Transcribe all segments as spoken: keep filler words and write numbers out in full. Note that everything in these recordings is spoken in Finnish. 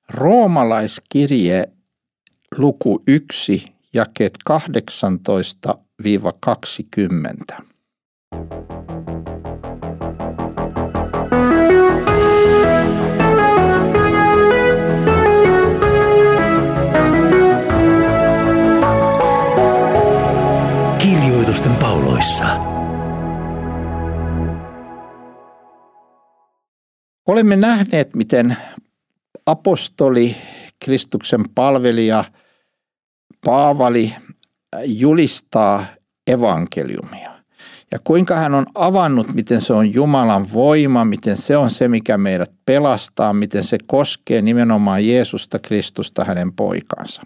Roomalaiskirje luku yksi, jakeet kahdeksantoista kaksikymmentä. Kirjoitusten pauloissa. Olemme nähneet, miten apostoli, Kristuksen palvelija Paavali julistaa evankeliumia. Ja kuinka hän on avannut, miten se on Jumalan voima, miten se on se, mikä meidät pelastaa, miten se koskee nimenomaan Jeesusta Kristusta, hänen poikansa.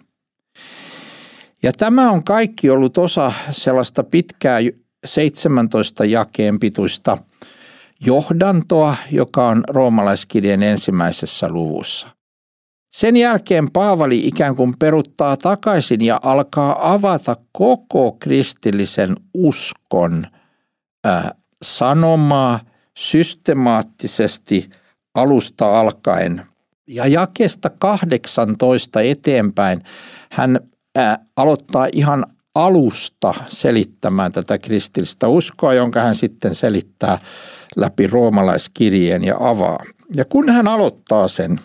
Ja tämä on kaikki ollut osa sellaista pitkää seitsemäntoista jakeen pituista johdantoa, joka on roomalaiskirjeen ensimmäisessä luvussa. Sen jälkeen Paavali ikään kuin peruuttaa takaisin ja alkaa avata koko kristillisen uskon äh, sanomaa systemaattisesti alusta alkaen. Ja jakeesta kahdeksantoista eteenpäin hän äh, aloittaa ihan alusta selittämään tätä kristillistä uskoa, jonka hän sitten selittää läpi roomalaiskirjeen ja avaa. Ja kun hän aloittaa sen,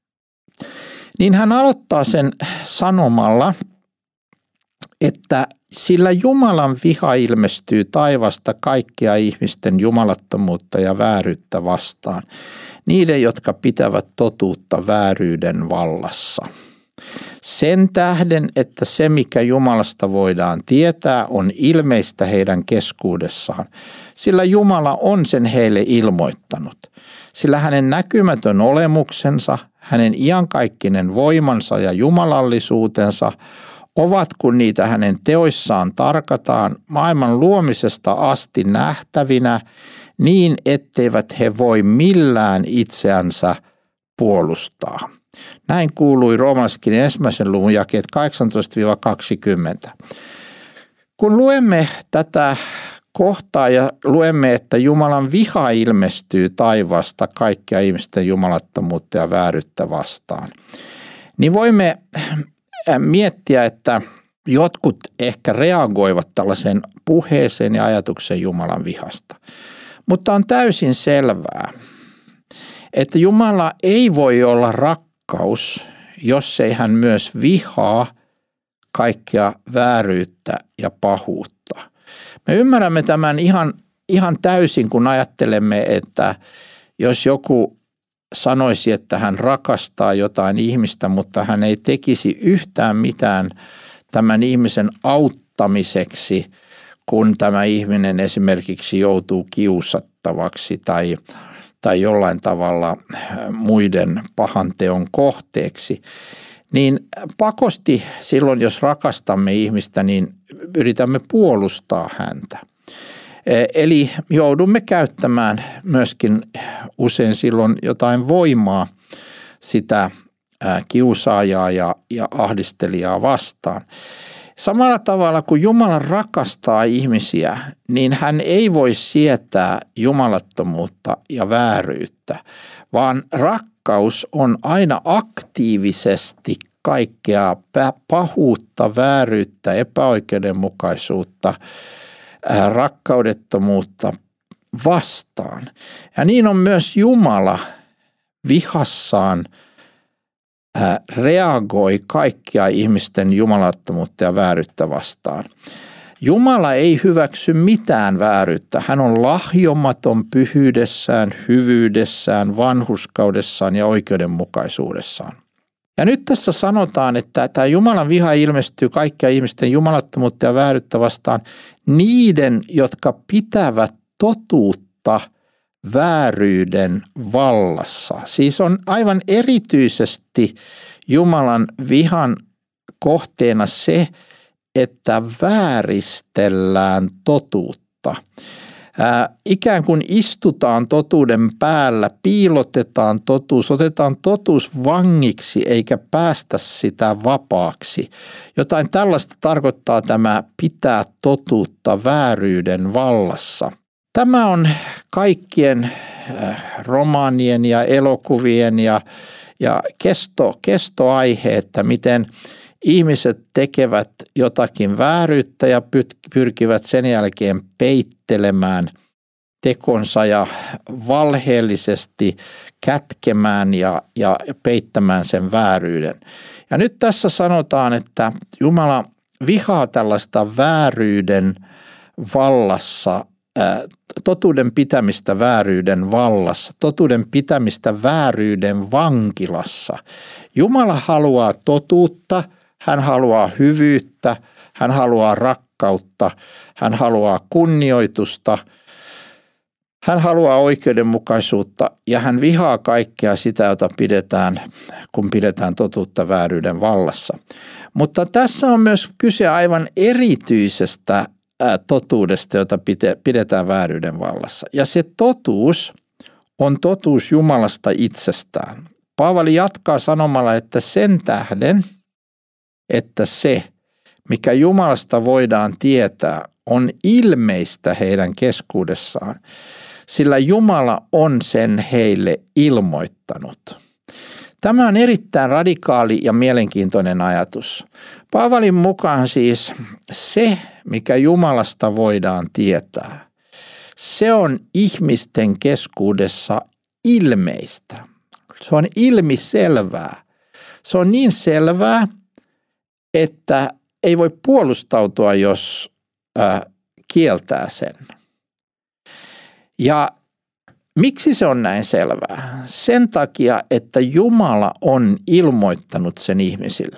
niin hän aloittaa sen sanomalla, että sillä Jumalan viha ilmestyy taivasta kaikkea ihmisten jumalattomuutta ja vääryyttä vastaan, niiden, jotka pitävät totuutta vääryyden vallassa. Sen tähden, että se, mikä Jumalasta voidaan tietää, on ilmeistä heidän keskuudessaan, sillä Jumala on sen heille ilmoittanut. Sillä hänen näkymätön olemuksensa, hänen iankaikkinen voimansa ja jumalallisuutensa ovat, kun niitä hänen teoissaan tarkataan, maailman luomisesta asti nähtävinä, niin etteivät he voi millään itseänsä puolustaa. Näin kuului roomalaiskirjan ensimmäisen luvun jakeet kahdeksantoista kaksikymmentä. Kun luemme tätä kohtaa ja luemme, että Jumalan viha ilmestyy taivaasta kaikkia ihmisten jumalattomuutta ja vääryyttä vastaan, niin voimme miettiä, että jotkut ehkä reagoivat tällaiseen puheeseen ja ajatukseen Jumalan vihasta. Mutta on täysin selvää, että Jumala ei voi olla rakkaus, jos ei hän myös vihaa kaikkea vääryyttä ja pahuutta. Me ymmärrämme tämän ihan, ihan täysin, kun ajattelemme, että jos joku sanoisi, että hän rakastaa jotain ihmistä, mutta hän ei tekisi yhtään mitään tämän ihmisen auttamiseksi, kun tämä ihminen esimerkiksi joutuu kiusattavaksi tai, tai jollain tavalla muiden pahanteon kohteeksi, niin pakosti silloin, jos rakastamme ihmistä, niin yritämme puolustaa häntä. Eli joudumme käyttämään myöskin usein silloin jotain voimaa sitä kiusaajaa ja, ja ahdistelijaa vastaan. Samalla tavalla kuin Jumala rakastaa ihmisiä, niin hän ei voi sietää jumalattomuutta ja vääryyttä, vaan rakkaus on aina aktiivisesti kaikkea pahuutta, vääryyttä, epäoikeudenmukaisuutta, rakkaudettomuutta vastaan. Ja niin on myös Jumala vihassaan reagoi kaikkia ihmisten jumalattomuutta ja vääryyttä vastaan. Jumala ei hyväksy mitään vääryyttä. Hän on lahjomaton pyhyydessään, hyvyydessään, vanhurskaudessaan ja oikeudenmukaisuudessaan. Ja nyt tässä sanotaan, että tämä Jumalan viha ilmestyy kaikkia ihmisten jumalattomuutta ja vääryyttä vastaan niiden, jotka pitävät totuutta vääryyden vallassa. Siis on aivan erityisesti Jumalan vihan kohteena se, että vääristellään totuutta. Ää, ikään kuin istutaan totuuden päällä, piilotetaan totuus, otetaan totuus vangiksi eikä päästä sitä vapaaksi. Jotain tällaista tarkoittaa tämä pitää totuutta vääryyden vallassa. Tämä on kaikkien romaanien ja elokuvien ja, ja kesto, kestoaihe, että miten ihmiset tekevät jotakin vääryyttä ja pyrkivät sen jälkeen peittelemään tekonsa ja valheellisesti kätkemään ja, ja peittämään sen vääryyden. Ja nyt tässä sanotaan, että Jumala vihaa tällaista vääryyden vallassa, totuuden pitämistä vääryyden vallassa, totuuden pitämistä vääryyden vankilassa. Jumala haluaa totuutta, hän haluaa hyvyyttä, hän haluaa rakkautta, hän haluaa kunnioitusta, hän haluaa oikeudenmukaisuutta ja hän vihaa kaikkea sitä, jota pidetään, kun pidetään totuutta vääryyden vallassa. Mutta tässä on myös kyse aivan erityisestä totuudesta, jota pidetään vääryyden vallassa. Ja se totuus on totuus Jumalasta itsestään. Paavali jatkaa sanomalla, että sen tähden, että se, mikä Jumalasta voidaan tietää, on ilmeistä heidän keskuudessaan, sillä Jumala on sen heille ilmoittanut. Tämä on erittäin radikaali ja mielenkiintoinen ajatus. Paavalin mukaan siis se, mikä Jumalasta voidaan tietää, se on ihmisten keskuudessa ilmeistä. Se on ilmiselvää. Se on niin selvää, että ei voi puolustautua, jos äh, kieltää sen. Ja miksi se on näin selvää? Sen takia, että Jumala on ilmoittanut sen ihmisille.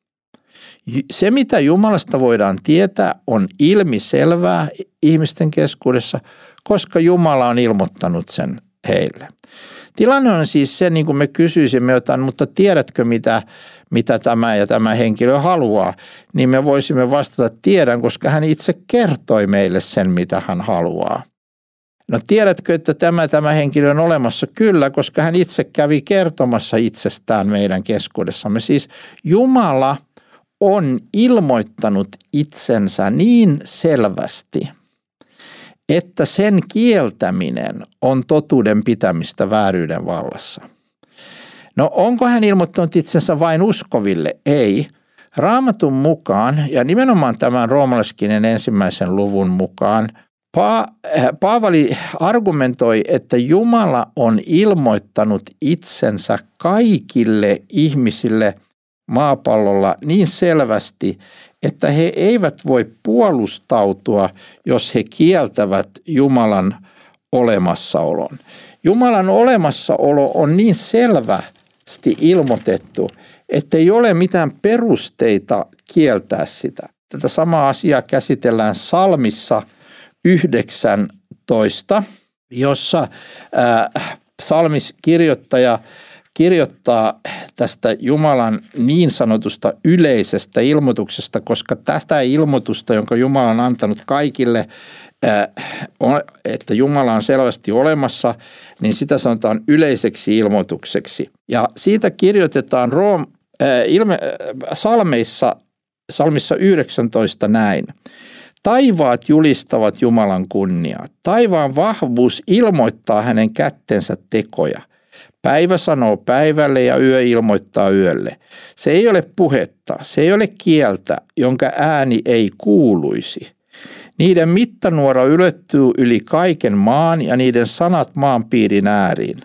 Se, mitä Jumalasta voidaan tietää, on ilmiselvää ihmisten keskuudessa, koska Jumala on ilmoittanut sen heille. Tilanne on siis se, niin kuin me kysyisimme jotain, mutta tiedätkö mitä, mitä tämä ja tämä henkilö haluaa, niin me voisimme vastata tiedän, koska hän itse kertoi meille sen, mitä hän haluaa. No tiedätkö, että tämä, tämä henkilö on olemassa? Kyllä, koska hän itse kävi kertomassa itsestään meidän keskuudessamme. Siis Jumala on ilmoittanut itsensä niin selvästi, että sen kieltäminen on totuuden pitämistä vääryyden vallassa. No onko hän ilmoittanut itsensä vain uskoville? Ei. Raamatun mukaan ja nimenomaan tämän roomalaiskirjan ensimmäisen luvun mukaan Pa- Paavali argumentoi, että Jumala on ilmoittanut itsensä kaikille ihmisille maapallolla niin selvästi, että he eivät voi puolustautua, jos he kieltävät Jumalan olemassaolon. Jumalan olemassaolo on niin selvästi ilmoitettu, että ei ole mitään perusteita kieltää sitä. Tätä samaa asiaa käsitellään Psalmissa yhdeksäntoista, jossa äh, psalmiskirjoittaja kirjoittaa tästä Jumalan niin sanotusta yleisestä ilmoituksesta, koska tästä ilmoitusta, jonka Jumala on antanut kaikille, että Jumala on selvästi olemassa, niin sitä sanotaan yleiseksi ilmoitukseksi. Ja siitä kirjoitetaan Room, äh, ilme, salmeissa, salmissa yhdeksäntoista näin. Taivaat julistavat Jumalan kunniaa. Taivaan vahvuus ilmoittaa hänen kättensä tekoja. Päivä sanoo päivälle ja yö ilmoittaa yölle. Se ei ole puhetta, se ei ole kieltä, jonka ääni ei kuuluisi. Niiden mittanuora ylettyy yli kaiken maan ja niiden sanat maanpiirin ääriin.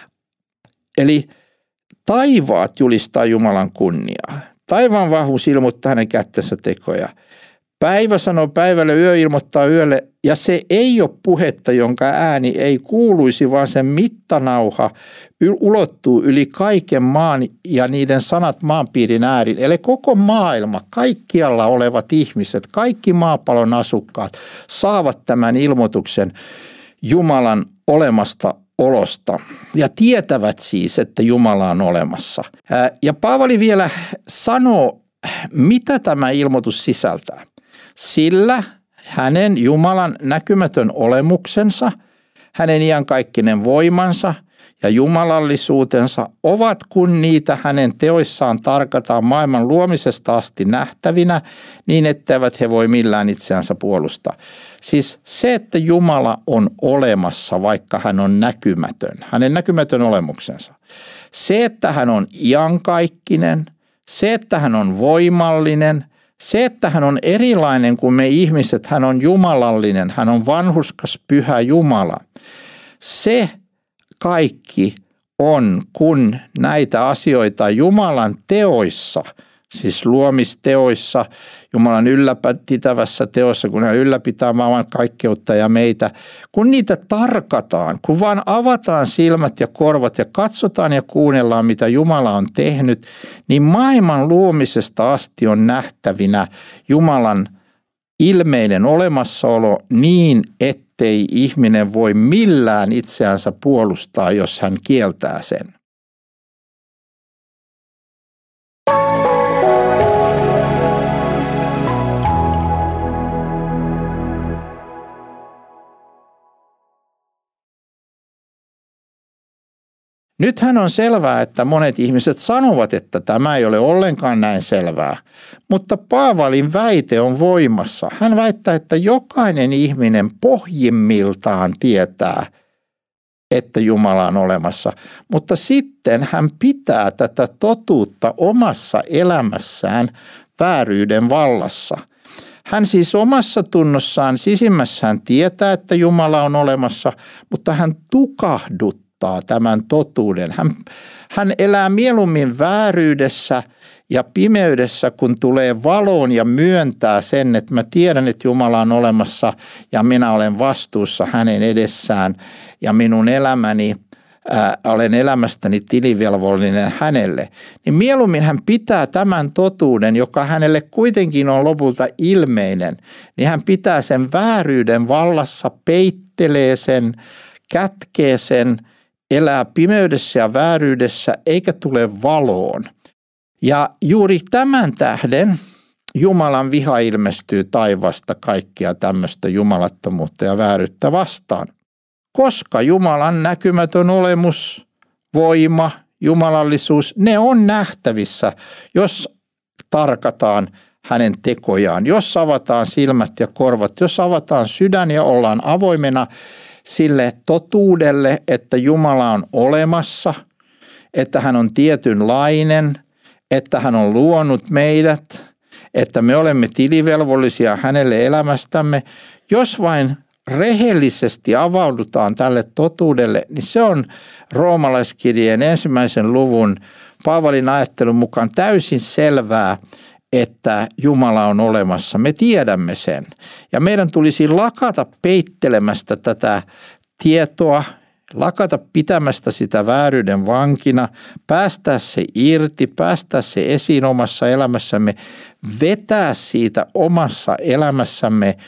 Eli taivaat julistaa Jumalan kunniaa. Taivaan vahvuus ilmoittaa hänen kättensä tekoja. Päivä sanoo päivälle, yö ilmoittaa yölle, ja se ei ole puhetta, jonka ääni ei kuuluisi, vaan sen mittanauha ulottuu yli kaiken maan ja niiden sanat maanpiirin ääriin. Eli koko maailma, kaikkialla olevat ihmiset, kaikki maapallon asukkaat saavat tämän ilmoituksen Jumalan olemasta olosta ja tietävät siis, että Jumala on olemassa. Ja Paavali vielä sanoo, mitä tämä ilmoitus sisältää. Sillä hänen Jumalan näkymätön olemuksensa, hänen iankaikkinen voimansa ja jumalallisuutensa ovat, kun niitä hänen teoissaan tarkataan maailman luomisesta asti nähtävinä, niin etteivät he voi millään itseänsä puolustaa. Siis se, että Jumala on olemassa, vaikka hän on näkymätön, hänen näkymätön olemuksensa. Se, että hän on iankaikkinen, se, että hän on voimallinen, se, että hän on erilainen kuin me ihmiset, hän on jumalallinen, hän on vanhurskas pyhä Jumala. Se kaikki on, kun näitä asioita Jumalan teoissa, siis luomisteoissa, Jumalan ylläpitävässä teossa, kun hän ylläpitää maailman kaikkeutta ja meitä, kun niitä tarkataan, kun vaan avataan silmät ja korvat ja katsotaan ja kuunnellaan, mitä Jumala on tehnyt, niin maailman luomisesta asti on nähtävinä Jumalan ilmeinen olemassaolo niin, ettei ihminen voi millään itseänsä puolustaa, jos hän kieltää sen. Nythän on selvää, että monet ihmiset sanovat, että tämä ei ole ollenkaan näin selvää, mutta Paavalin väite on voimassa. Hän väittää, että jokainen ihminen pohjimmiltaan tietää, että Jumala on olemassa, mutta sitten hän pitää tätä totuutta omassa elämässään vääryyden vallassa. Hän siis omassa tunnossaan sisimmässään tietää, että Jumala on olemassa, mutta hän tukahduttaa tämän totuuden. Hän, hän elää mieluummin vääryydessä ja pimeydessä, kun tulee valoon ja myöntää sen, että mä tiedän, että Jumala on olemassa ja minä olen vastuussa hänen edessään ja minun elämäni, ää, olen elämästäni tilivelvollinen hänelle. Niin mieluummin hän pitää tämän totuuden, joka hänelle kuitenkin on lopulta ilmeinen, niin hän pitää sen vääryyden vallassa, peittelee sen, kätkee sen, elää pimeydessä ja vääryydessä eikä tule valoon. Ja juuri tämän tähden Jumalan viha ilmestyy taivaasta kaikkia tämmöistä jumalattomuutta ja vääryyttä vastaan. Koska Jumalan näkymätön olemus, voima, jumalallisuus, ne on nähtävissä, jos tarkataan hänen tekojaan, jos avataan silmät ja korvat, jos avataan sydän ja ollaan avoimena sille totuudelle, että Jumala on olemassa, että hän on tietynlainen, että hän on luonut meidät, että me olemme tilivelvollisia hänelle elämästämme. Jos vain rehellisesti avaudutaan tälle totuudelle, niin se on roomalaiskirjeen ensimmäisen luvun Paavalin ajattelun mukaan täysin selvää, että Jumala on olemassa. Me tiedämme sen. Ja meidän tulisi lakata peittelemästä tätä tietoa, lakata pitämästä sitä vääryyden vankina, päästää se irti, päästää se esiin omassa elämässämme, vetää siitä omassa elämässämme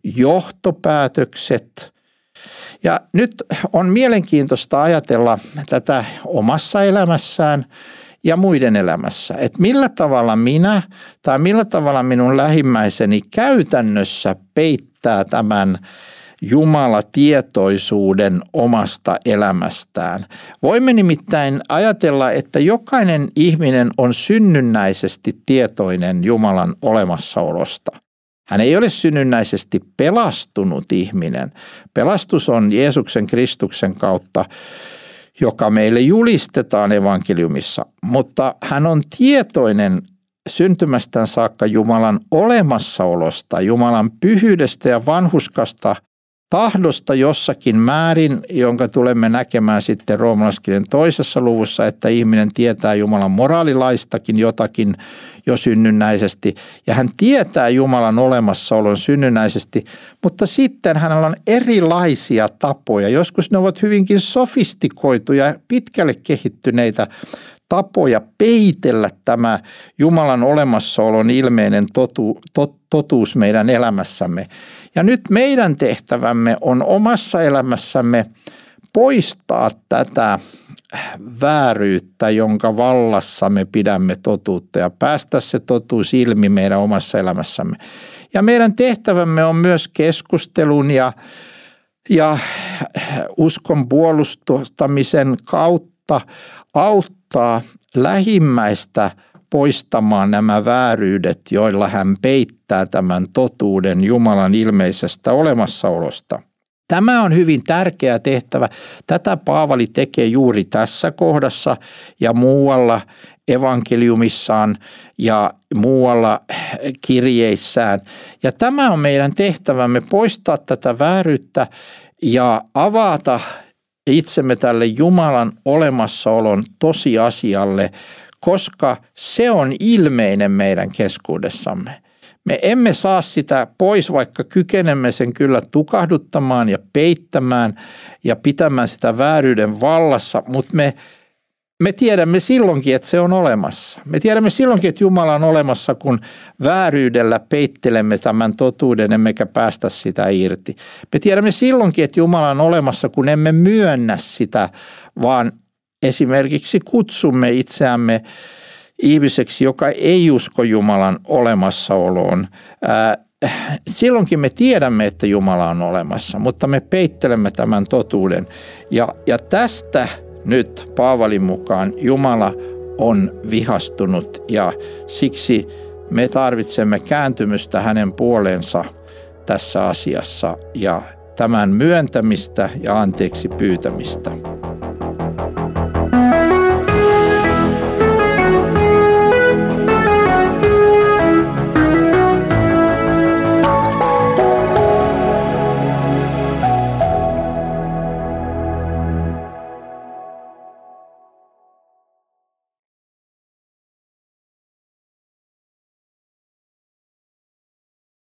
johtopäätökset. Ja nyt on mielenkiintoista ajatella tätä omassa elämässään ja muiden elämässä, että millä tavalla minä tai millä tavalla minun lähimmäiseni käytännössä peittää tämän Jumala-tietoisuuden omasta elämästään. Voimme nimittäin ajatella, että jokainen ihminen on synnynnäisesti tietoinen Jumalan olemassaolosta. Hän ei ole synnynnäisesti pelastunut ihminen. Pelastus on Jeesuksen Kristuksen kautta, joka meille julistetaan evankeliumissa, mutta hän on tietoinen syntymästään saakka Jumalan olemassaolosta, Jumalan pyhyydestä ja vanhurskasta tahdosta jossakin määrin, jonka tulemme näkemään sitten roomalaiskirjan toisessa luvussa, että ihminen tietää Jumalan moraalilaistakin jotakin jo synnynnäisesti, ja hän tietää Jumalan olemassaolon synnynnäisesti, mutta sitten hänellä on erilaisia tapoja. Joskus ne ovat hyvinkin sofistikoituja ja pitkälle kehittyneitä tapoja peitellä tämä Jumalan olemassaolon ilmeinen totu, tot, totuus meidän elämässämme. Ja nyt meidän tehtävämme on omassa elämässämme poistaa tätä vääryyttä, jonka vallassa me pidämme totuutta ja päästä se totuus ilmi meidän omassa elämässämme. Ja meidän tehtävämme on myös keskustelun ja ja uskon puolustamisen kautta auttaa lähimmäistä poistamaan nämä vääryydet, joilla hän peittää tämän totuuden Jumalan ilmeisestä olemassaolosta. Tämä on hyvin tärkeä tehtävä. Tätä Paavali tekee juuri tässä kohdassa ja muualla evankeliumissaan ja muualla kirjeissään. Ja tämä on meidän tehtävämme, poistaa tätä vääryyttä ja avata itsemme tälle Jumalan olemassaolon tosiasialle, koska se on ilmeinen meidän keskuudessamme. Me emme saa sitä pois, vaikka kykenemme sen kyllä tukahduttamaan ja peittämään ja pitämään sitä vääryyden vallassa, mutta me, me tiedämme silloinkin, että se on olemassa. Me tiedämme silloinkin, että Jumala on olemassa, kun vääryydellä peittelemme tämän totuuden, emmekä päästä sitä irti. Me tiedämme silloinkin, että Jumala on olemassa, kun emme myönnä sitä, vaan esimerkiksi kutsumme itseämme ihmiseksi, joka ei usko Jumalan olemassaoloon. Silloinkin me tiedämme, että Jumala on olemassa, mutta me peittelemme tämän totuuden. Ja, ja tästä nyt Paavalin mukaan Jumala on vihastunut ja siksi me tarvitsemme kääntymystä hänen puoleensa tässä asiassa ja tämän myöntämistä ja anteeksi pyytämistä.